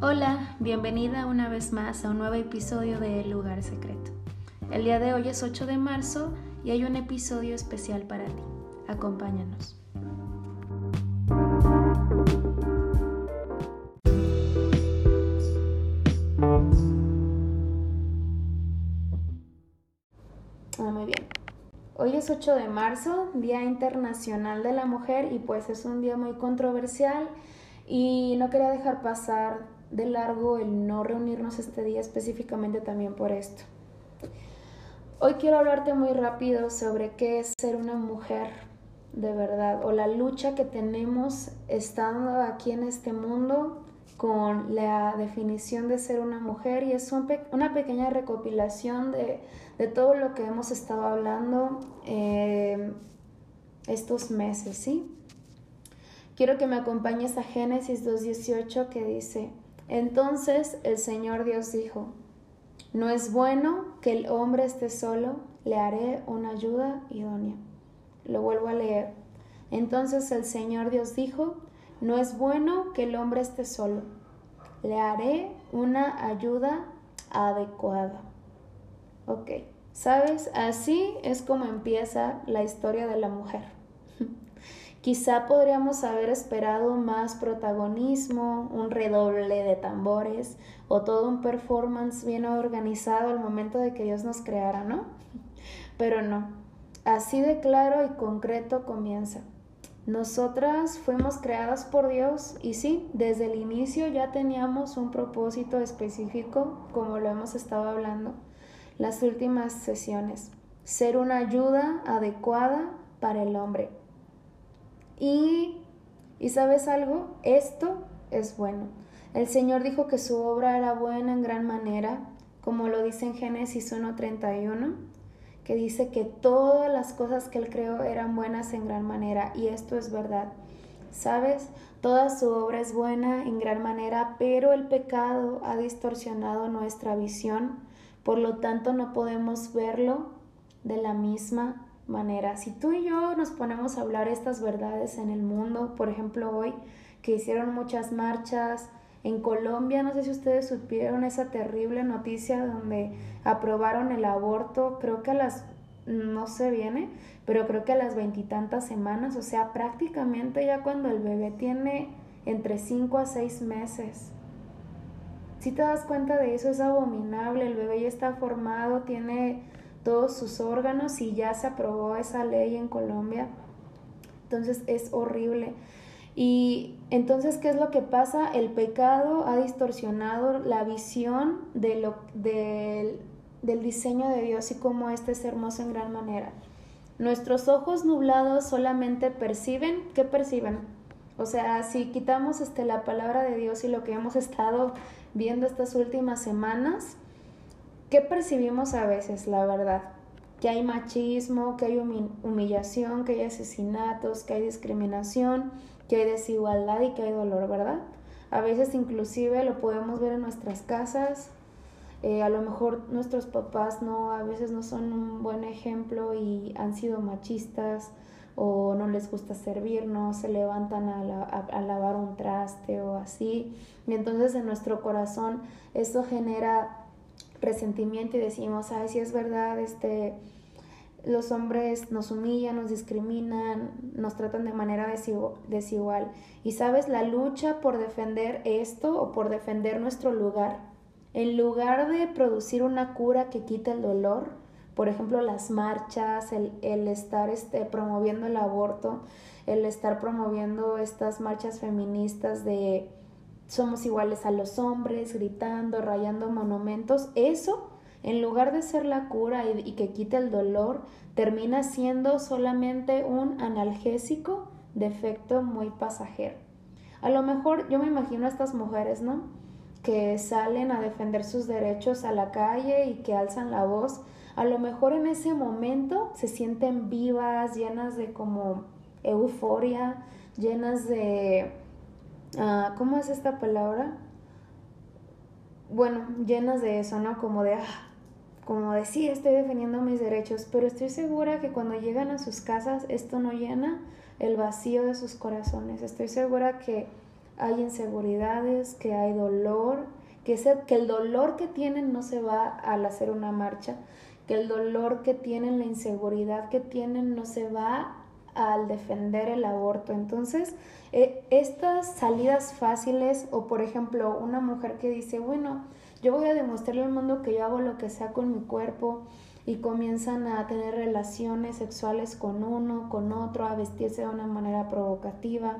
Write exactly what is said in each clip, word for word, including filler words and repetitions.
Hola, bienvenida una vez más a un nuevo episodio de El Lugar Secreto. El día de hoy es ocho de marzo y hay un episodio especial para ti. Acompáñanos. Ah, muy bien. Hoy es ocho de marzo, Día Internacional de la Mujer, y pues es un día muy controversial y no quería dejar pasar de largo el no reunirnos este día específicamente también por esto. Hoy quiero hablarte muy rápido sobre qué es ser una mujer de verdad, o la lucha que tenemos estando aquí en este mundo con la definición de ser una mujer, y es un pe- una pequeña recopilación de, de todo lo que hemos estado hablando eh, estos meses, ¿sí? Quiero que me acompañes a Génesis dos dieciocho, que dice: Entonces el Señor Dios dijo: No es bueno que el hombre esté solo, le haré una ayuda idónea. Lo vuelvo a leer. Entonces el Señor Dios dijo: No es bueno que el hombre esté solo, le haré una ayuda adecuada. Ok, ¿sabes? Así es como empieza la historia de la mujer. Quizá podríamos haber esperado más protagonismo, un redoble de tambores o todo un performance bien organizado al momento de que Dios nos creara, ¿no? Pero no, así de claro y concreto comienza. Nosotras fuimos creadas por Dios y sí, desde el inicio ya teníamos un propósito específico, como lo hemos estado hablando las últimas sesiones: ser una ayuda adecuada para el hombre. Y, ¿y sabes algo? Esto es bueno. El Señor dijo que su obra era buena en gran manera, como lo dice en Génesis uno treinta y uno, que dice que todas las cosas que Él creó eran buenas en gran manera, y esto es verdad. ¿Sabes? Toda su obra es buena en gran manera, pero el pecado ha distorsionado nuestra visión, por lo tanto no podemos verlo de la misma manera. Si tú y yo nos ponemos a hablar estas verdades en el mundo, por ejemplo hoy que hicieron muchas marchas en Colombia, no sé si ustedes supieron esa terrible noticia donde aprobaron el aborto, creo que a las, no se viene, pero creo que a las veintitantas semanas, o sea, prácticamente ya cuando el bebé tiene entre cinco a seis meses. Si te das cuenta de eso, es abominable. El bebé ya está formado, tiene todos sus órganos y ya se aprobó esa ley en Colombia. Entonces es horrible. Y entonces, ¿qué es lo que pasa? El pecado ha distorsionado la visión de lo, de, del diseño de Dios y cómo este es hermoso en gran manera. Nuestros ojos nublados solamente perciben, ¿qué perciben? O sea, si quitamos este, la palabra de Dios y lo que hemos estado viendo estas últimas semanas, ¿qué percibimos a veces, la verdad? Que hay machismo, que hay humillación, que hay asesinatos, que hay discriminación, que hay desigualdad y que hay dolor, ¿verdad? A veces inclusive lo podemos ver en nuestras casas. Eh, a lo mejor nuestros papás no, a veces no son un buen ejemplo y han sido machistas, o no les gusta servirnos, se levantan a, la, a, a lavar un traste o así, y entonces en nuestro corazón eso genera resentimiento y decimos: ay, sí es verdad, este, los hombres nos humillan, nos discriminan, nos tratan de manera desigual. Y sabes, la lucha por defender esto o por defender nuestro lugar, en lugar de producir una cura que quite el dolor, por ejemplo las marchas, el, el estar este, promoviendo el aborto, el estar promoviendo estas marchas feministas de somos iguales a los hombres, gritando, rayando monumentos, eso, en lugar de ser la cura y, y que quite el dolor, termina siendo solamente un analgésico de efecto muy pasajero. A lo mejor yo me imagino a estas mujeres, ¿no?, que salen a defender sus derechos a la calle y que alzan la voz. A lo mejor en ese momento se sienten vivas, llenas de como euforia, llenas de... Uh, ¿cómo es esta palabra? Bueno, llenas de eso, ¿no? Como de, ah, como de sí, estoy defendiendo mis derechos, pero estoy segura que cuando llegan a sus casas esto no llena el vacío de sus corazones. Estoy segura que hay inseguridades, que hay dolor, que, ese, que el dolor que tienen no se va al hacer una marcha, que el dolor que tienen, la inseguridad que tienen no se va al defender el aborto. Entonces, eh, estas salidas fáciles, o por ejemplo, una mujer que dice, bueno, yo voy a demostrarle al mundo que yo hago lo que sea con mi cuerpo, y comienzan a tener relaciones sexuales con uno, con otro, a vestirse de una manera provocativa,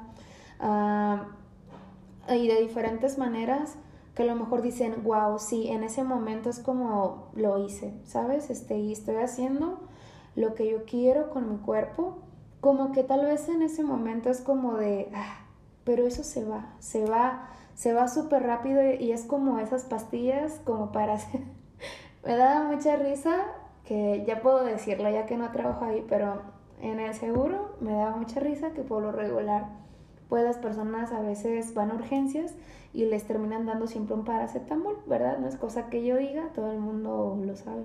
uh, y de diferentes maneras, que a lo mejor dicen, wow, sí, en ese momento es como lo hice, ¿sabes? Este, y estoy haciendo lo que yo quiero con mi cuerpo, como que tal vez en ese momento es como de, ah, pero eso se va, se va, se va súper rápido, y es como esas pastillas como para hacer... Me da mucha risa, que ya puedo decirlo ya que no trabajo ahí, pero en el seguro me da mucha risa que por lo regular, pues las personas a veces van a urgencias y les terminan dando siempre un paracetamol, ¿verdad? No es cosa que yo diga, todo el mundo lo sabe.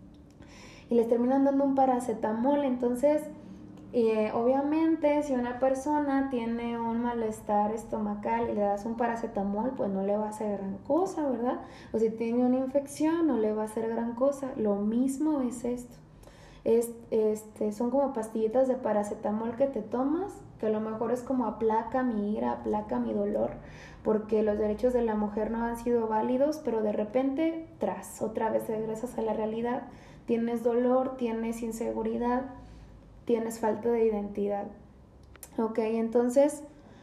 Y les terminan dando un paracetamol. Entonces, eh, obviamente, si una persona tiene un malestar estomacal y le das un paracetamol, pues no le va a hacer gran cosa, ¿verdad? O si tiene una infección, no le va a hacer gran cosa. Lo mismo es esto. Es, este, son como pastillitas de paracetamol que te tomas, que a lo mejor es como aplaca mi ira, aplaca mi dolor, porque los derechos de la mujer no han sido válidos, pero de repente, tras, otra vez regresas a la realidad, tienes dolor, tienes inseguridad, tienes falta de identidad. Ok, entonces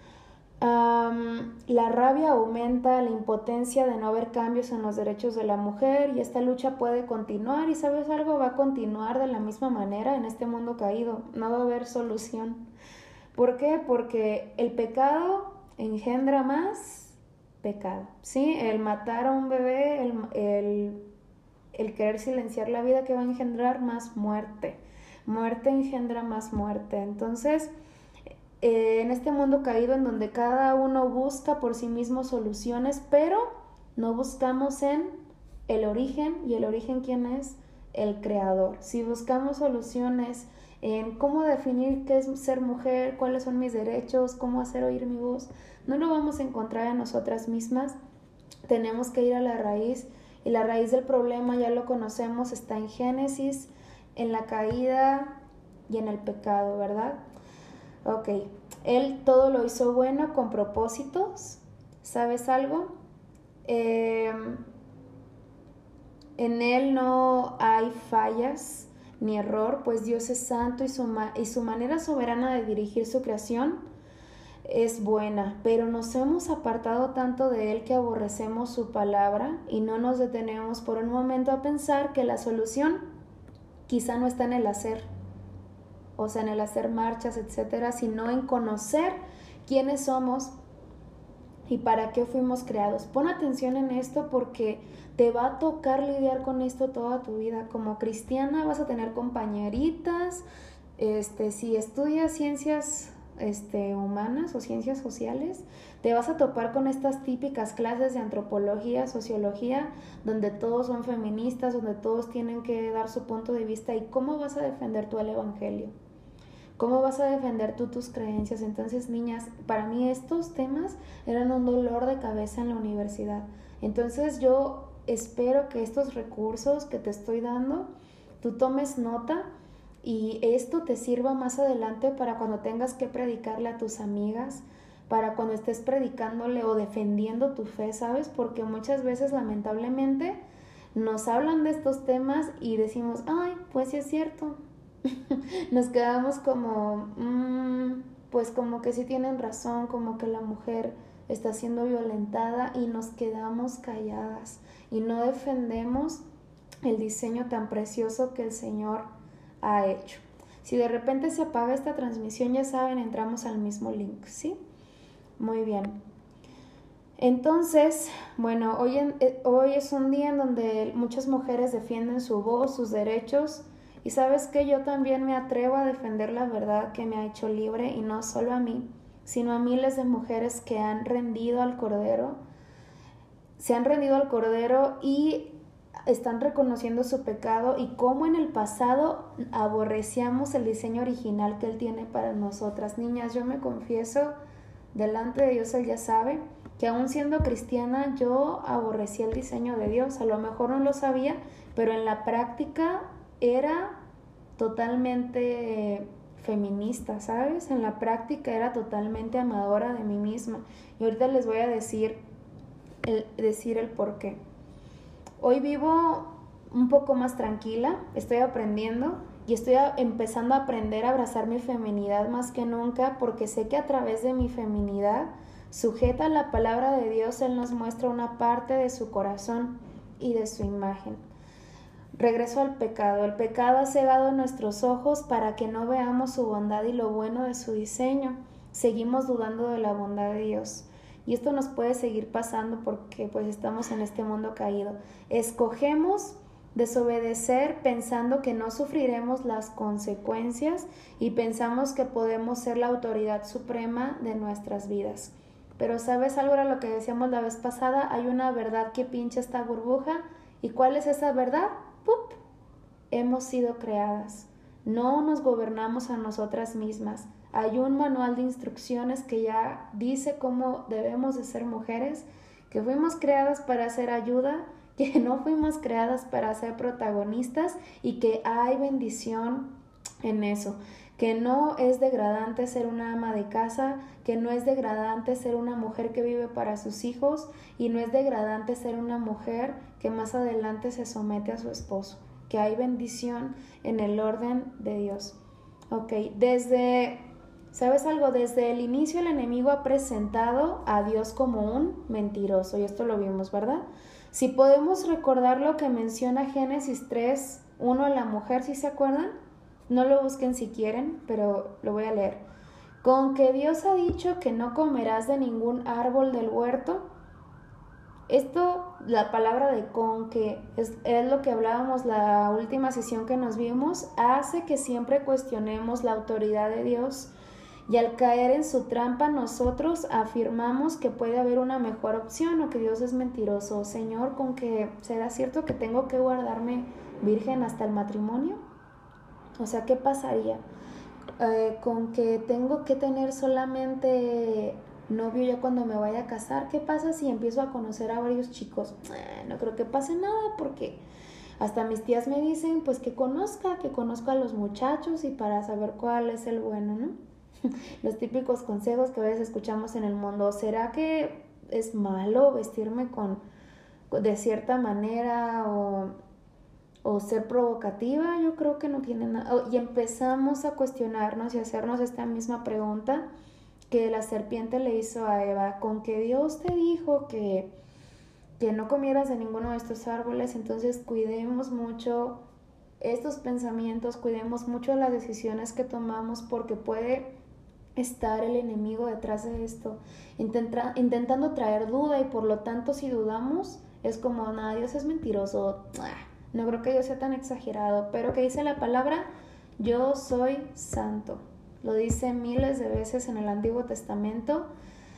um, la rabia aumenta, la impotencia de no haber cambios en los derechos de la mujer, y esta lucha puede continuar, y ¿sabes algo? Va a continuar de la misma manera en este mundo caído, no va a haber solución. ¿Por qué? Porque el pecado engendra más pecado, ¿sí? El matar a un bebé, el, el, el querer silenciar la vida, que va a engendrar más muerte. Muerte engendra más muerte. Entonces, eh, en este mundo caído en donde cada uno busca por sí mismo soluciones, pero no buscamos en el origen, y el origen, ¿quién es? El creador. Si buscamos soluciones en cómo definir qué es ser mujer, cuáles son mis derechos, cómo hacer oír mi voz, no lo vamos a encontrar en nosotras mismas. Tenemos que ir a la raíz, y la raíz del problema ya lo conocemos, está en Génesis, en la caída y en el pecado, ¿verdad? Ok, él todo lo hizo bueno con propósitos. ¿Sabes algo? Eh, en él no hay fallas ni error, pues Dios es santo, y su, ma- y su manera soberana de dirigir su creación es buena, pero nos hemos apartado tanto de él que aborrecemos su palabra, y no nos detenemos por un momento a pensar que la solución quizá no está en el hacer, o sea, en el hacer marchas, etcétera, sino en conocer quiénes somos y para qué fuimos creados. Pon atención en esto, porque te va a tocar lidiar con esto toda tu vida. Como cristiana vas a tener compañeritas, este, si estudias ciencias este, humanas o ciencias sociales, te vas a topar con estas típicas clases de antropología, sociología, donde todos son feministas, donde todos tienen que dar su punto de vista. ¿Y cómo vas a defender tú el evangelio? ¿Cómo vas a defender tú tus creencias? Entonces, niñas, para mí estos temas eran un dolor de cabeza en la universidad. Entonces yo espero que estos recursos que te estoy dando, tú tomes nota, y esto te sirva más adelante para cuando tengas que predicarle a tus amigas, para cuando estés predicándole o defendiendo tu fe, ¿sabes? Porque muchas veces, lamentablemente, nos hablan de estos temas y decimos, ay, pues sí es cierto. Nos quedamos como, mmm, pues como que sí tienen razón, como que la mujer está siendo violentada, y nos quedamos calladas y no defendemos el diseño tan precioso que el Señor ha hecho. Si de repente se apaga esta transmisión, ya saben, entramos al mismo link, ¿sí? Muy bien. Entonces, bueno, hoy, en, hoy es un día en donde muchas mujeres defienden su voz, sus derechos. Y sabes que yo también me atrevo a defender la verdad que me ha hecho libre, y no solo a mí, sino a miles de mujeres que han rendido al Cordero, se han rendido al Cordero y están reconociendo su pecado, y cómo en el pasado aborrecíamos el diseño original que Él tiene para nosotras. Niñas, yo me confieso delante de Dios Él ya sabe que aún siendo cristiana yo aborrecía el diseño de Dios. A lo mejor no lo sabía, pero en la práctica era totalmente feminista, ¿sabes? En la práctica era totalmente amadora de mí misma. Y ahorita les voy a decir el, decir el por qué. Hoy vivo un poco más tranquila, estoy aprendiendo y estoy a, empezando a aprender a abrazar mi feminidad más que nunca, porque sé que a través de mi feminidad, sujeta a la palabra de Dios, Él nos muestra una parte de su corazón y de su imagen. Regreso al pecado. El pecado ha cegado nuestros ojos para que no veamos su bondad y lo bueno de su diseño. Seguimos dudando de la bondad de Dios. Y esto nos puede seguir pasando porque pues estamos en este mundo caído. Escogemos desobedecer pensando que no sufriremos las consecuencias y pensamos que podemos ser la autoridad suprema de nuestras vidas. Pero ¿sabes algo? Era lo que decíamos la vez pasada. Hay una verdad que pincha esta burbuja. ¿Y cuál es esa verdad? ¡Pup! Hemos sido creadas. No nos gobernamos a nosotras mismas. Hay un manual de instrucciones que ya dice cómo debemos de ser mujeres, que fuimos creadas para hacer ayuda, que no fuimos creadas para ser protagonistas y que hay bendición en eso. Que no es degradante ser una ama de casa, que no es degradante ser una mujer que vive para sus hijos y no es degradante ser una mujer que más adelante se somete a su esposo, que hay bendición en el orden de Dios. Ok, desde, ¿sabes algo? Desde el inicio el enemigo ha presentado a Dios como un mentiroso y esto lo vimos, ¿verdad? Si podemos recordar lo que menciona Génesis tres, uno a la mujer, ¿sí se acuerdan? No lo busquen si quieren, pero lo voy a leer. Con que Dios ha dicho que no comerás de ningún árbol del huerto. Esto, la palabra de con que, es, es lo que hablábamos la última sesión que nos vimos, hace que siempre cuestionemos la autoridad de Dios. Y al caer en su trampa nosotros afirmamos que puede haber una mejor opción o que Dios es mentiroso. Señor, ¿con que será cierto que tengo que guardarme virgen hasta el matrimonio? O sea, ¿qué pasaría? Eh, con que tengo que tener solamente novio ya cuando me vaya a casar. ¿Qué pasa si empiezo a conocer a varios chicos? Eh, no creo que pase nada porque hasta mis tías me dicen pues que conozca, que conozca a los muchachos y para saber cuál es el bueno, ¿no? Los típicos consejos que a veces escuchamos en el mundo. ¿Será que es malo vestirme con, de cierta manera o... o ser provocativa? Yo creo que no tiene nada. Y empezamos a cuestionarnos y a hacernos esta misma pregunta que la serpiente le hizo a Eva. Con que Dios te dijo que, que no comieras de ninguno de estos árboles, entonces cuidemos mucho estos pensamientos, cuidemos mucho las decisiones que tomamos porque puede estar el enemigo detrás de esto, intenta, intentando traer duda y por lo tanto si dudamos es como, nada, Dios es mentiroso. No creo que Dios sea tan exagerado, pero que dice la palabra, yo soy santo. Lo dice miles de veces en el Antiguo Testamento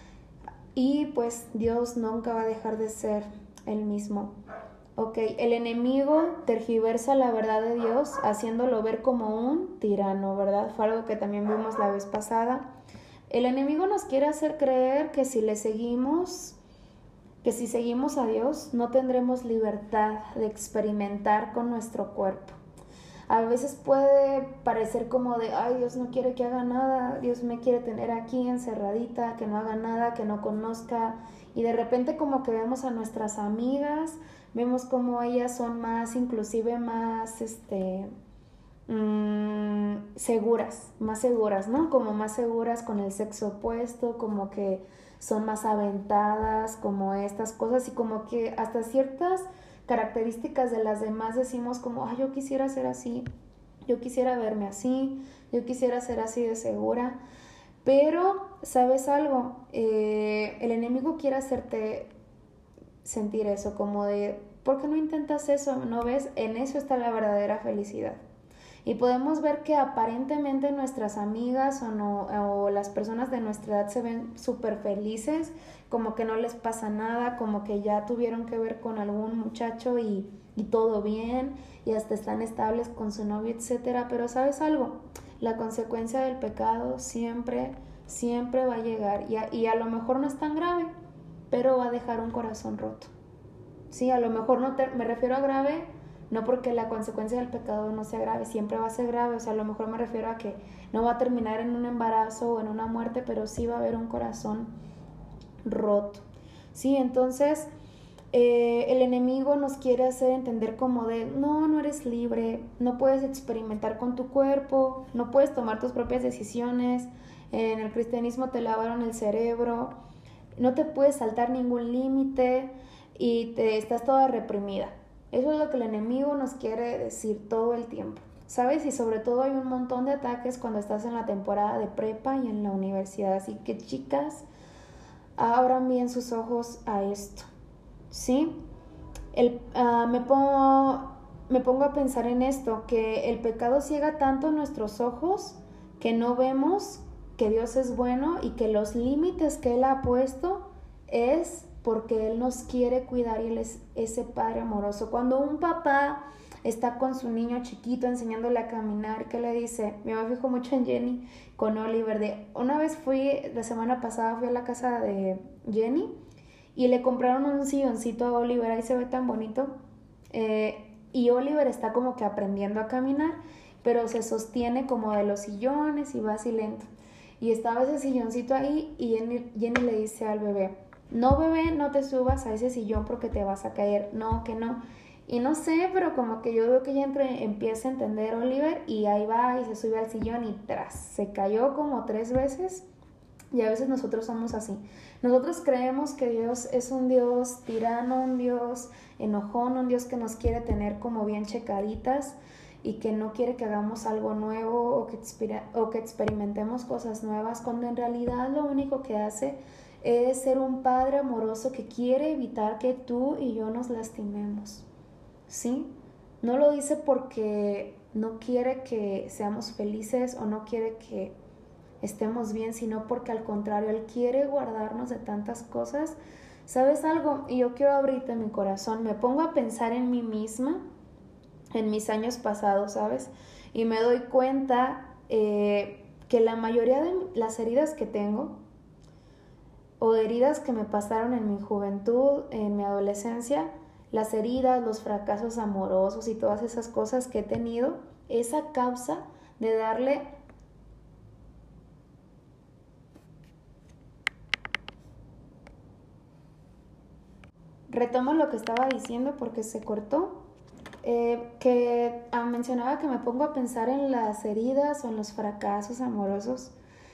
y pues Dios nunca va a dejar de ser el mismo. Ok, el enemigo tergiversa la verdad de Dios haciéndolo ver como un tirano, ¿verdad? Fue algo que también vimos la vez pasada. El enemigo nos quiere hacer creer que si le seguimos... que si seguimos a Dios no tendremos libertad de experimentar con nuestro cuerpo. A veces puede parecer como de, ay, Dios no quiere que haga nada, Dios me quiere tener aquí encerradita, que no haga nada, que no conozca. Y de repente como que vemos a nuestras amigas, vemos como ellas son más, inclusive más, este... Mmm, seguras, más seguras, ¿no? Como más seguras con el sexo opuesto, como que son más aventadas, como estas cosas y como que hasta ciertas características de las demás decimos como, ay, yo quisiera ser así, yo quisiera verme así, yo quisiera ser así de segura, pero, ¿sabes algo? Eh, el enemigo quiere hacerte sentir eso, como de, ¿por qué no intentas eso? ¿No ves? En eso está la verdadera felicidad. Y podemos ver que aparentemente nuestras amigas o, no, o las personas de nuestra edad se ven súper felices, como que no les pasa nada, como que ya tuvieron que ver con algún muchacho y, y todo bien, y hasta están estables con su novio, etcétera. Pero ¿sabes algo? La consecuencia del pecado siempre siempre va a llegar, y a, y a lo mejor no es tan grave, pero va a dejar un corazón roto. Sí, a lo mejor no te, me refiero a grave, no porque la consecuencia del pecado no sea grave, siempre va a ser grave, o sea, a lo mejor me refiero a que no va a terminar en un embarazo o en una muerte, pero sí va a haber un corazón roto. Sí, entonces eh, el enemigo nos quiere hacer entender como de, no, no eres libre, no puedes experimentar con tu cuerpo, no puedes tomar tus propias decisiones, en el cristianismo te lavaron el cerebro, no te puedes saltar ningún límite y te estás toda reprimida. Eso es lo que el enemigo nos quiere decir todo el tiempo, ¿sabes? Y sobre todo hay un montón de ataques cuando estás en la temporada de prepa y en la universidad, así que chicas, abran bien sus ojos a esto, ¿sí? El, uh, me, pongo, me pongo a pensar en esto, que el pecado ciega tanto nuestros ojos que no vemos que Dios es bueno y que los límites que Él ha puesto es porque Él nos quiere cuidar y Él es ese Padre amoroso. Cuando un papá está con su niño chiquito enseñándole a caminar, ¿qué le dice? Yo me fijo mucho en Jenny con Oliver. De, una vez fui, la semana pasada fui a la casa de Jenny y le compraron un silloncito a Oliver, ahí se ve tan bonito. Eh, y Oliver está como que aprendiendo a caminar, pero se sostiene como de los sillones y va así lento. Y estaba ese silloncito ahí y Jenny, Jenny le dice al bebé, no bebé, no te subas a ese sillón porque te vas a caer, no, que no. Y no sé, pero como que yo veo que ella entre, empieza a entender Oliver y ahí va y se sube al sillón y tras, se cayó como tres veces. Y a veces nosotros somos así. Nosotros creemos que Dios es un Dios tirano, un Dios enojón, un Dios que nos quiere tener como bien checaditas y que no quiere que hagamos algo nuevo o que, o que experimentemos cosas nuevas, cuando en realidad lo único que hace es ser un Padre amoroso que quiere evitar que tú y yo nos lastimemos, ¿sí? No lo dice porque no quiere que seamos felices o no quiere que estemos bien, sino porque al contrario, Él quiere guardarnos de tantas cosas. ¿Sabes algo? Y yo quiero abrirte mi corazón, me pongo a pensar en mí misma, en mis años pasados, ¿sabes? Y me doy cuenta eh, que la mayoría de las heridas que tengo, o heridas que me pasaron en mi juventud, en mi adolescencia, las heridas, los fracasos amorosos y todas esas cosas que he tenido, es a causa de darle Retomo lo que estaba diciendo porque se cortó, eh, que ah, mencionaba que me pongo a pensar en las heridas o en los fracasos amorosos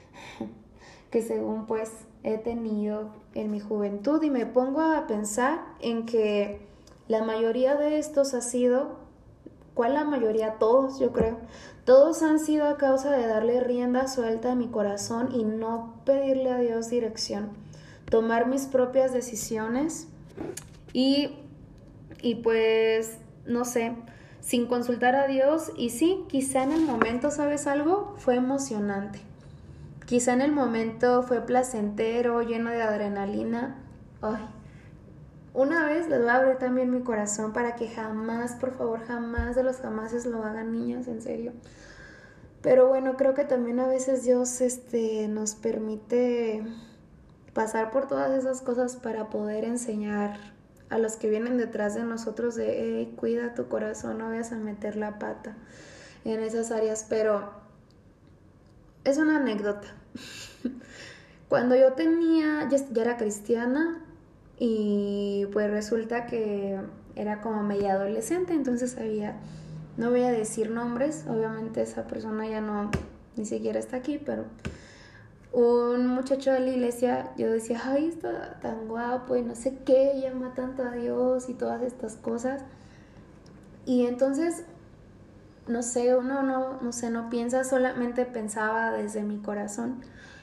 que según pues he tenido en mi juventud y me pongo a pensar en que la mayoría de estos ha sido, ¿cuál la mayoría? Todos, yo creo. Todos han sido a causa de darle rienda suelta a mi corazón y no pedirle a Dios dirección, tomar mis propias decisiones y, y pues, no sé, sin consultar a Dios. Y sí, quizá en el momento, ¿sabes algo? Fue emocionante. Quizá en el momento fue placentero, lleno de adrenalina. Ay, una vez les voy a abrir también mi corazón para que jamás, por favor, jamás de los jamases lo hagan, niñas, en serio. Pero bueno, creo que también a veces Dios este, nos permite pasar por todas esas cosas para poder enseñar a los que vienen detrás de nosotros de, hey, cuida tu corazón, no vayas a meter la pata en esas áreas. Pero es una anécdota. Cuando yo tenía, ya, ya era cristiana y pues resulta que era como media adolescente, entonces había, no voy a decir nombres, obviamente esa persona ya no, ni siquiera está aquí, pero un muchacho de la iglesia, yo decía, ay, está tan guapo y no sé qué, llama tanto a Dios y todas estas cosas. Y entonces, no sé, uno no, no sé, no piensa, solamente pensaba desde mi corazón.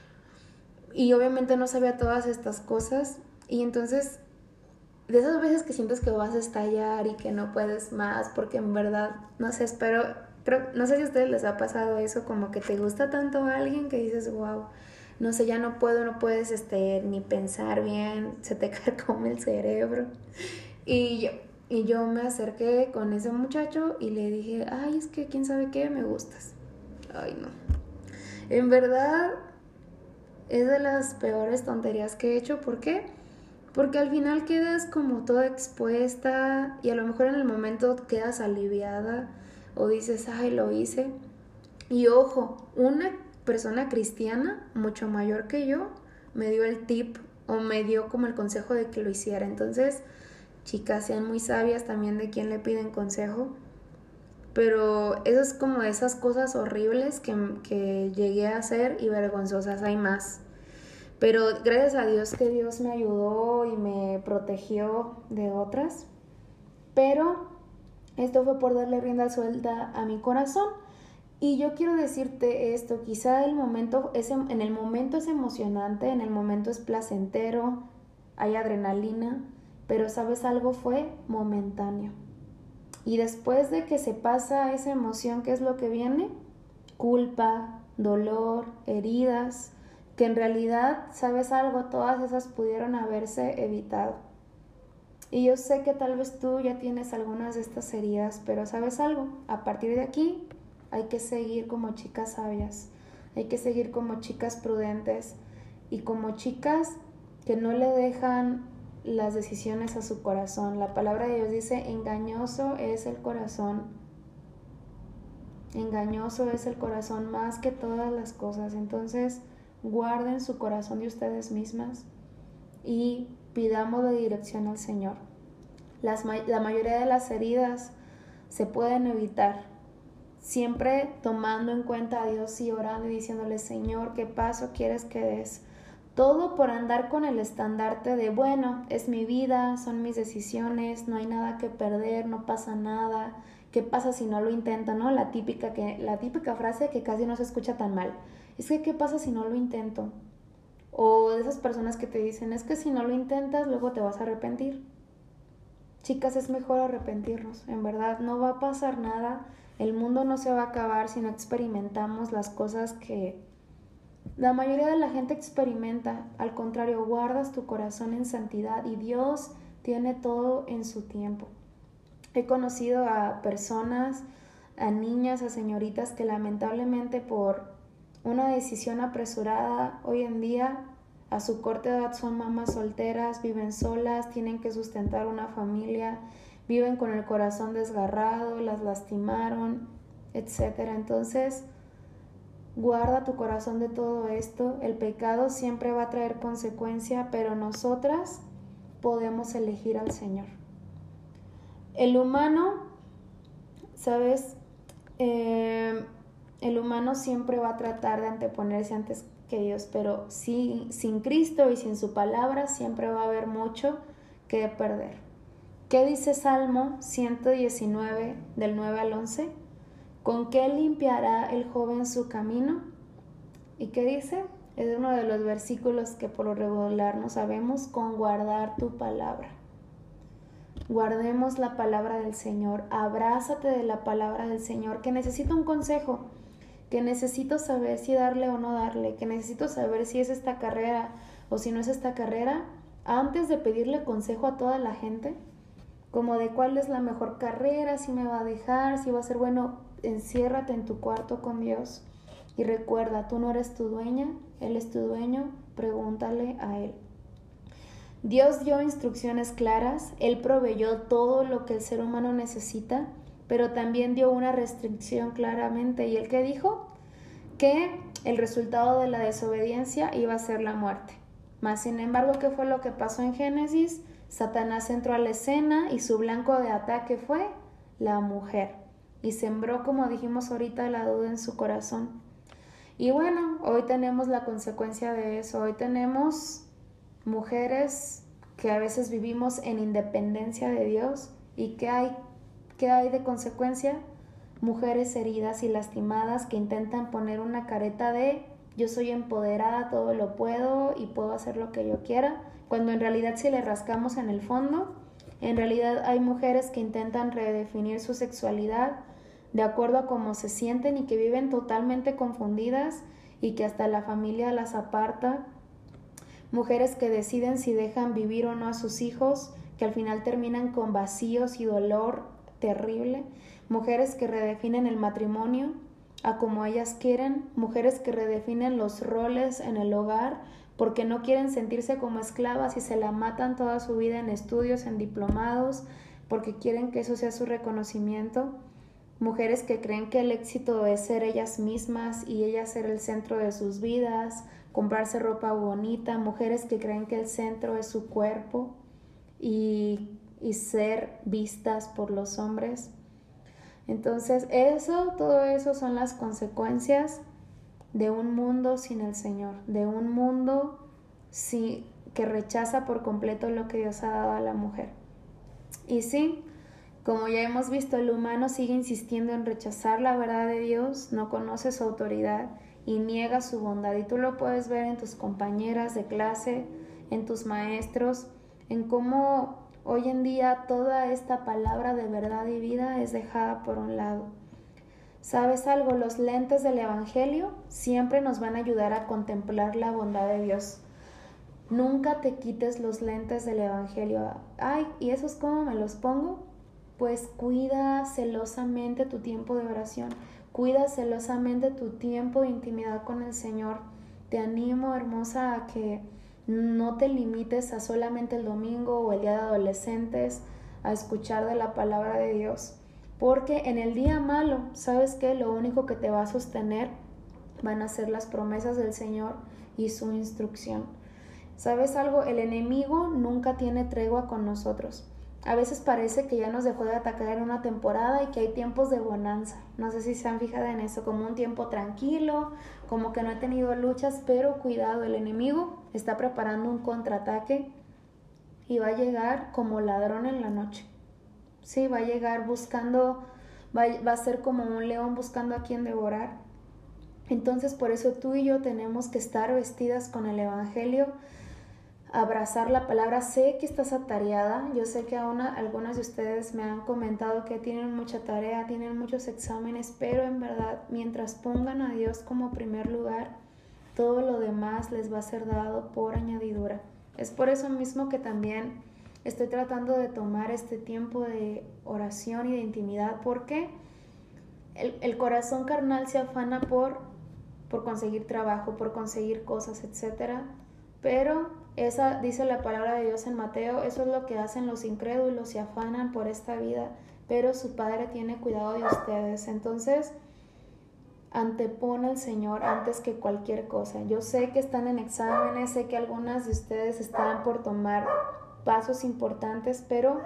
Y obviamente no sabía todas estas cosas. Y entonces, de esas veces que sientes que vas a estallar y que no puedes más, porque en verdad, no sé, espero, creo, no sé si a ustedes les ha pasado eso, como que te gusta tanto a alguien que dices, wow, no sé, ya no puedo, no puedes este, ni pensar bien, se te carcome el cerebro. Y yo, y yo me acerqué con ese muchacho y le dije, ay, es que quién sabe qué, me gustas. Ay, no. En verdad, es de las peores tonterías que he hecho. ¿Por qué? Porque al final quedas como toda expuesta y a lo mejor en el momento quedas aliviada o dices, ay, lo hice. Y ojo, una persona cristiana mucho mayor que yo me dio el tip o me dio como el consejo de que lo hiciera. Entonces, chicas, sean muy sabias también de quién le piden consejo. Pero eso es como esas cosas horribles que, que llegué a hacer y vergonzosas, hay más. Pero gracias a Dios que Dios me ayudó y me protegió de otras. Pero esto fue por darle rienda suelta a mi corazón. Y yo quiero decirte esto, quizá el momento es, en el momento es emocionante, en el momento es placentero, hay adrenalina, pero ¿sabes algo? Fue momentáneo. Y después de que se pasa esa emoción, ¿qué es lo que viene? Culpa, dolor, heridas, que en realidad, ¿sabes algo? Todas esas pudieron haberse evitado. Y yo sé que tal vez tú ya tienes algunas de estas heridas, pero ¿sabes algo? A partir de aquí hay que seguir como chicas sabias, hay que seguir como chicas prudentes y como chicas que no le dejan las decisiones a su corazón. La palabra de Dios dice, engañoso es el corazón, engañoso es el corazón más que todas las cosas. Entonces, guarden su corazón de ustedes mismas y pidamos la dirección al Señor. Las, la mayoría de las heridas se pueden evitar, siempre tomando en cuenta a Dios y orando y diciéndole, Señor, ¿qué paso quieres que des? Todo por andar con el estandarte de, bueno, es mi vida, son mis decisiones, no hay nada que perder, no pasa nada. ¿Qué pasa si no lo intento? ¿No? La típica, que, la típica frase que casi no se escucha tan mal. Es que, ¿qué pasa si no lo intento? O de esas personas que te dicen, es que si no lo intentas, luego te vas a arrepentir. Chicas, es mejor arrepentirnos, en verdad, no va a pasar nada. El mundo no se va a acabar si no experimentamos las cosas que la mayoría de la gente experimenta. Al contrario, guardas tu corazón en santidad y Dios tiene todo en su tiempo. He conocido a personas, a niñas, a señoritas que lamentablemente por una decisión apresurada hoy en día a su corta edad son mamás solteras, viven solas, tienen que sustentar una familia, viven con el corazón desgarrado, las lastimaron, etcétera. Entonces, guarda tu corazón de todo esto. El pecado siempre va a traer consecuencia, pero nosotras podemos elegir al Señor. El humano, ¿sabes? Eh, el humano siempre va a tratar de anteponerse antes que Dios, pero sin, sin Cristo y sin su palabra siempre va a haber mucho que perder. ¿Qué dice Salmo ciento diecinueve del nueve al once? ¿Con qué limpiará el joven su camino? ¿Y qué dice? Es uno de los versículos que por lo regular no sabemos, con guardar tu palabra. Guardemos la palabra del Señor, abrázate de la palabra del Señor, que necesito un consejo, que necesito saber si darle o no darle, que necesito saber si es esta carrera o si no es esta carrera, antes de pedirle consejo a toda la gente, como de cuál es la mejor carrera, si me va a dejar, si va a ser bueno. Enciérrate en tu cuarto con Dios y recuerda, tú no eres tu dueña, Él es tu dueño, pregúntale a Él. Dios dio instrucciones claras, Él proveyó todo lo que el ser humano necesita, pero también dio una restricción claramente. ¿Y Él qué dijo? Que el resultado de la desobediencia iba a ser la muerte. Mas, sin embargo, ¿qué fue lo que pasó en Génesis? Satanás entró a la escena y su blanco de ataque fue la mujer. Y sembró, como dijimos ahorita, la duda en su corazón. Y bueno, hoy tenemos la consecuencia de eso. Hoy tenemos mujeres que a veces vivimos en independencia de Dios. ¿Y qué hay, qué hay de consecuencia? Mujeres heridas y lastimadas que intentan poner una careta de yo soy empoderada, todo lo puedo y puedo hacer lo que yo quiera, cuando en realidad si le rascamos en el fondo, en realidad hay mujeres que intentan redefinir su sexualidad de acuerdo a cómo se sienten y que viven totalmente confundidas y que hasta la familia las aparta. Mujeres que deciden si dejan vivir o no a sus hijos, que al final terminan con vacíos y dolor terrible. Mujeres que redefinen el matrimonio. a como ellas quieren, mujeres que redefinen los roles en el hogar porque no quieren sentirse como esclavas y se la matan toda su vida en estudios, en diplomados, porque quieren que eso sea su reconocimiento. Mujeres que creen que el éxito es ser ellas mismas y ellas ser el centro de sus vidas, comprarse ropa bonita. Mujeres que creen que el centro es su cuerpo y, y ser vistas por los hombres. Entonces eso, todo eso son las consecuencias de un mundo sin el Señor, de un mundo sí, que rechaza por completo lo que Dios ha dado a la mujer. Y sí, como ya hemos visto, el humano sigue insistiendo en rechazar la verdad de Dios, no conoce su autoridad y niega su bondad. Y tú lo puedes ver en tus compañeras de clase, en tus maestros, en cómo hoy en día toda esta palabra de verdad y vida es dejada por un lado. ¿Sabes algo? Los lentes del Evangelio siempre nos van a ayudar a contemplar la bondad de Dios. Nunca te quites los lentes del Evangelio. Ay, ¿y esos cómo me los pongo? Pues cuida celosamente tu tiempo de oración. Cuida celosamente tu tiempo de intimidad con el Señor. Te animo, hermosa, a que no te limites a solamente el domingo o el día de adolescentes a escuchar de la palabra de Dios. Porque en el día malo, ¿sabes qué? Lo único que te va a sostener van a ser las promesas del Señor y su instrucción. ¿Sabes algo? El enemigo nunca tiene tregua con nosotros. A veces parece que ya nos dejó de atacar en una temporada y que hay tiempos de bonanza. No sé si se han fijado en eso, como un tiempo tranquilo, como que no he tenido luchas, pero cuidado, el enemigo está preparando un contraataque y va a llegar como ladrón en la noche. Sí, va a llegar buscando, va, va a ser como un león buscando a quien devorar. Entonces por eso tú y yo tenemos que estar vestidas con el Evangelio, abrazar la palabra. Sé que estás atareada, yo sé que aún algunas de ustedes me han comentado que tienen mucha tarea, tienen muchos exámenes, pero en verdad, mientras pongan a Dios como primer lugar, todo lo demás les va a ser dado por añadidura. Es por eso mismo que también estoy tratando de tomar este tiempo de oración y de intimidad, porque el, el corazón carnal se afana por, por conseguir trabajo, por conseguir cosas, etcétera. Pero esa, dice la palabra de Dios en Mateo, eso es lo que hacen los incrédulos, se afanan por esta vida, pero su Padre tiene cuidado de ustedes. Entonces, antepone al Señor antes que cualquier cosa. Yo sé que están en exámenes, sé que algunas de ustedes están por tomar pasos importantes, pero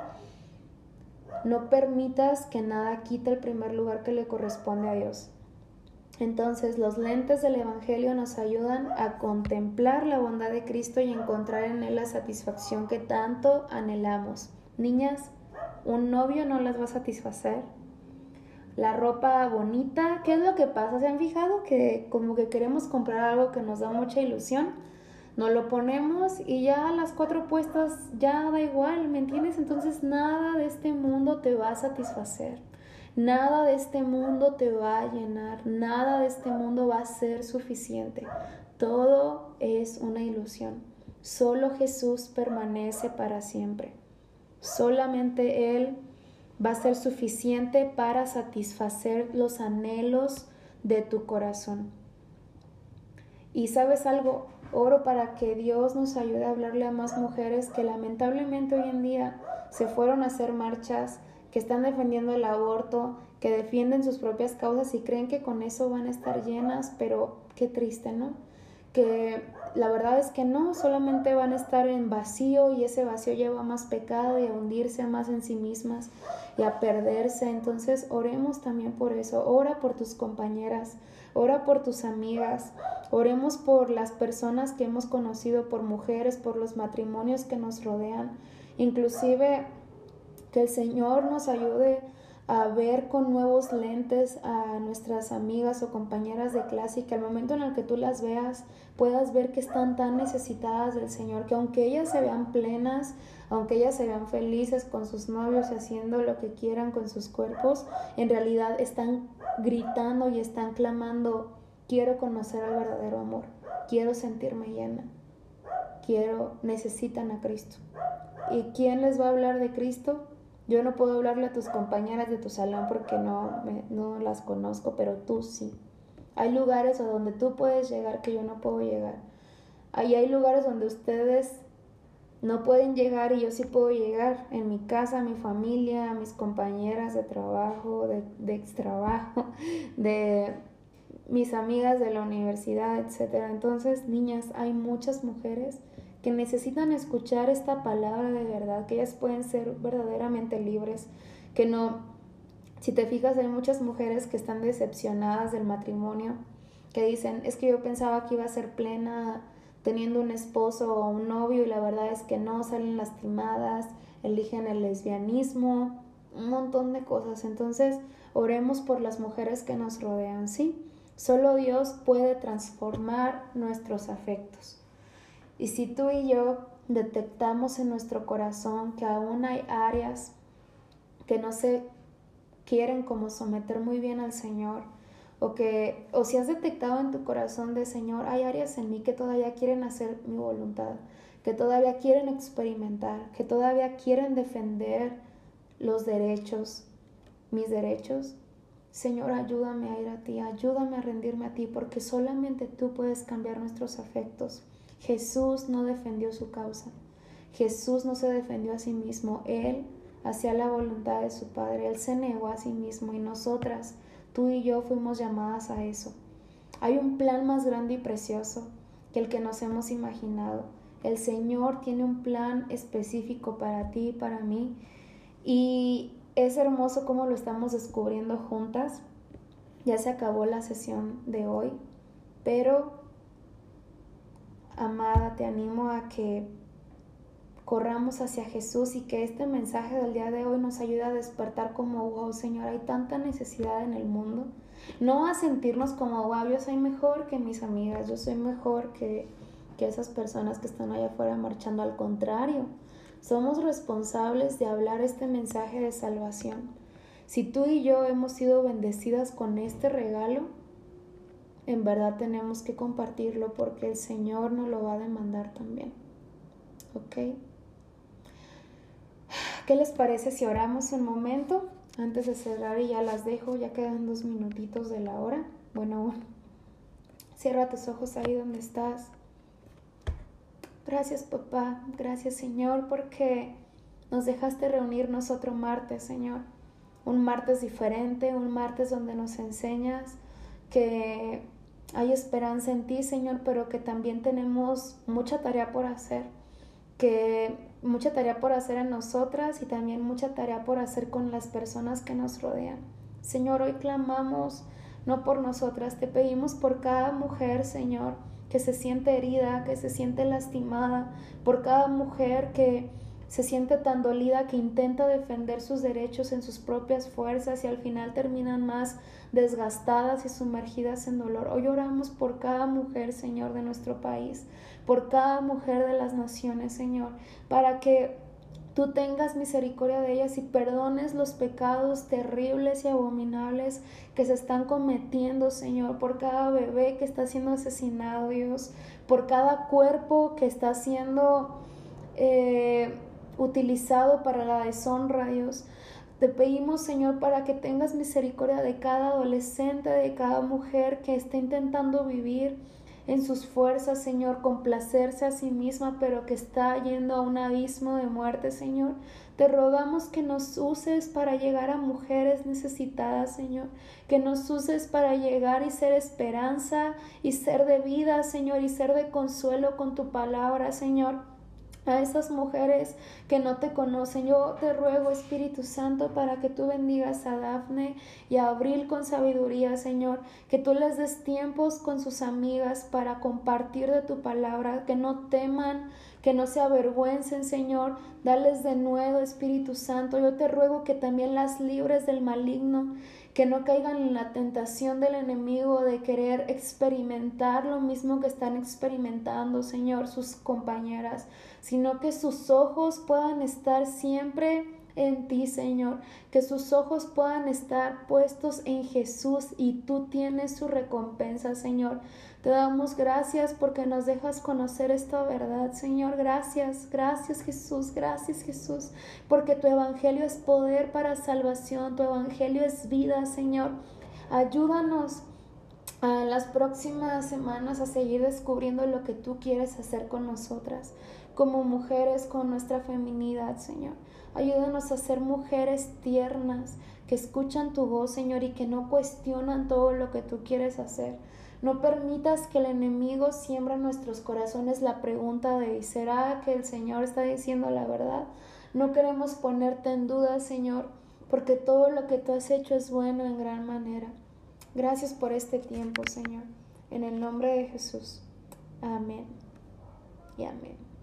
no permitas que nada quite el primer lugar que le corresponde a Dios. Entonces, los lentes del Evangelio nos ayudan a contemplar la bondad de Cristo y encontrar en Él la satisfacción que tanto anhelamos. Niñas, un novio no las va a satisfacer. La ropa bonita, ¿qué es lo que pasa? ¿Se han fijado que como que queremos comprar algo que nos da mucha ilusión? Nos lo ponemos y ya a las cuatro puestas ya da igual, ¿me entiendes? Entonces nada de este mundo te va a satisfacer. Nada de este mundo te va a llenar, nada de este mundo va a ser suficiente. Todo es una ilusión. Solo Jesús permanece para siempre. Solamente Él va a ser suficiente para satisfacer los anhelos de tu corazón. Y ¿sabes algo? Oro para que Dios nos ayude a hablarle a más mujeres que lamentablemente hoy en día se fueron a hacer marchas, que están defendiendo el aborto, que defienden sus propias causas y creen que con eso van a estar llenas, pero qué triste, ¿no? Que la verdad es que no, solamente van a estar en vacío y ese vacío lleva a más pecado y a hundirse más en sí mismas y a perderse. Entonces oremos también por eso. Ora por tus compañeras, ora por tus amigas, oremos por las personas que hemos conocido, por mujeres, por los matrimonios que nos rodean, inclusive que el Señor nos ayude a ver con nuevos lentes a nuestras amigas o compañeras de clase y que al momento en el que tú las veas puedas ver que están tan necesitadas del Señor, que aunque ellas se vean plenas, aunque ellas se vean felices con sus novios y haciendo lo que quieran con sus cuerpos, en realidad están gritando y están clamando: quiero conocer al verdadero amor, quiero sentirme llena, quiero, necesitan a Cristo. ¿Y quién les va a hablar de Cristo? Yo no puedo hablarle a tus compañeras de tu salón porque no, me, no las conozco, pero tú sí. Hay lugares a donde tú puedes llegar que yo no puedo llegar. Ahí hay lugares donde ustedes no pueden llegar y yo sí puedo llegar. En mi casa, mi familia, mis compañeras de trabajo, de, de extrabajo, de mis amigas de la universidad, etcétera. Entonces, niñas, hay muchas mujeres que necesitan escuchar esta palabra de verdad, que ellas pueden ser verdaderamente libres, que no, si te fijas, hay muchas mujeres que están decepcionadas del matrimonio, que dicen, es que yo pensaba que iba a ser plena teniendo un esposo o un novio y la verdad es que no, salen lastimadas, eligen el lesbianismo, un montón de cosas. Entonces, oremos por las mujeres que nos rodean, ¿sí? Solo Dios puede transformar nuestros afectos. Y si tú y yo detectamos en nuestro corazón que aún hay áreas que no se quieren como someter muy bien al Señor, o que o si has detectado en tu corazón de Señor, hay áreas en mí que todavía quieren hacer mi voluntad, que todavía quieren experimentar, que todavía quieren defender los derechos, mis derechos, Señor, ayúdame a ir a ti, ayúdame a rendirme a ti, porque solamente tú puedes cambiar nuestros afectos. Jesús no defendió su causa, Jesús no se defendió a sí mismo, Él hacía la voluntad de su Padre, Él se negó a sí mismo y nosotras, tú y yo fuimos llamadas a eso. Hay un plan más grande y precioso que el que nos hemos imaginado. El Señor tiene un plan específico para ti y para mí y es hermoso cómo lo estamos descubriendo juntas. Ya se acabó la sesión de hoy, pero amada, te animo a que corramos hacia Jesús y que este mensaje del día de hoy nos ayude a despertar como, wow, Señor, hay tanta necesidad en el mundo. No a sentirnos como, wow, yo soy mejor que mis amigas, yo soy mejor que, que esas personas que están allá afuera marchando. Al contrario, somos responsables de hablar este mensaje de salvación. Si tú y yo hemos sido bendecidas con este regalo, en verdad tenemos que compartirlo porque el Señor nos lo va a demandar también. ¿Ok? ¿Qué les parece si oramos un momento antes de cerrar y ya las dejo? Ya quedan dos minutitos de la hora. Bueno, bueno. Cierra tus ojos ahí donde estás. Gracias, papá. Gracias, Señor, porque nos dejaste reunirnos otro martes, Señor. Un martes diferente, un martes donde nos enseñas que hay esperanza en ti, Señor, pero que también tenemos mucha tarea por hacer. Que mucha tarea por hacer en nosotras y también mucha tarea por hacer con las personas que nos rodean. Señor, hoy clamamos no por nosotras, te pedimos por cada mujer, Señor, que se siente herida, que se siente lastimada, por cada mujer que se siente tan dolida que intenta defender sus derechos en sus propias fuerzas y al final terminan más desgastadas y sumergidas en dolor. Hoy oramos por cada mujer, Señor, de nuestro país, por cada mujer de las naciones, Señor, para que tú tengas misericordia de ellas y perdones los pecados terribles y abominables que se están cometiendo, Señor, por cada bebé que está siendo asesinado, Dios, por cada cuerpo que está siendo eh, utilizado para la deshonra, Dios. Te pedimos, Señor, para que tengas misericordia de cada adolescente, de cada mujer que está intentando vivir en sus fuerzas, Señor, complacerse a sí misma, pero que está yendo a un abismo de muerte, Señor. Te rogamos que nos uses para llegar a mujeres necesitadas, Señor, que nos uses para llegar y ser esperanza y ser de vida, Señor, y ser de consuelo con tu palabra, Señor. A esas mujeres que no te conocen, yo te ruego, Espíritu Santo, para que tú bendigas a Dafne y a Abril con sabiduría, Señor, que tú les des tiempos con sus amigas para compartir de tu palabra, que no teman, que no se avergüencen, Señor, dales de nuevo, Espíritu Santo. Yo te ruego que también las libres del maligno, que no caigan en la tentación del enemigo de querer experimentar lo mismo que están experimentando, Señor, sus compañeras, sino que sus ojos puedan estar siempre en ti, Señor, que sus ojos puedan estar puestos en Jesús y tú tienes su recompensa, Señor. Te damos gracias porque nos dejas conocer esta verdad, Señor. Gracias, gracias Jesús, gracias Jesús, porque tu evangelio es poder para salvación, tu evangelio es vida, Señor. Ayúdanos a las próximas semanas a seguir descubriendo lo que tú quieres hacer con nosotras, como mujeres con nuestra feminidad, Señor. Ayúdanos a ser mujeres tiernas, que escuchan tu voz, Señor, y que no cuestionan todo lo que tú quieres hacer. No permitas que el enemigo siembre en nuestros corazones la pregunta de ¿será que el Señor está diciendo la verdad? No queremos ponerte en duda, Señor, porque todo lo que tú has hecho es bueno en gran manera. Gracias por este tiempo, Señor. En el nombre de Jesús. Amén y amén.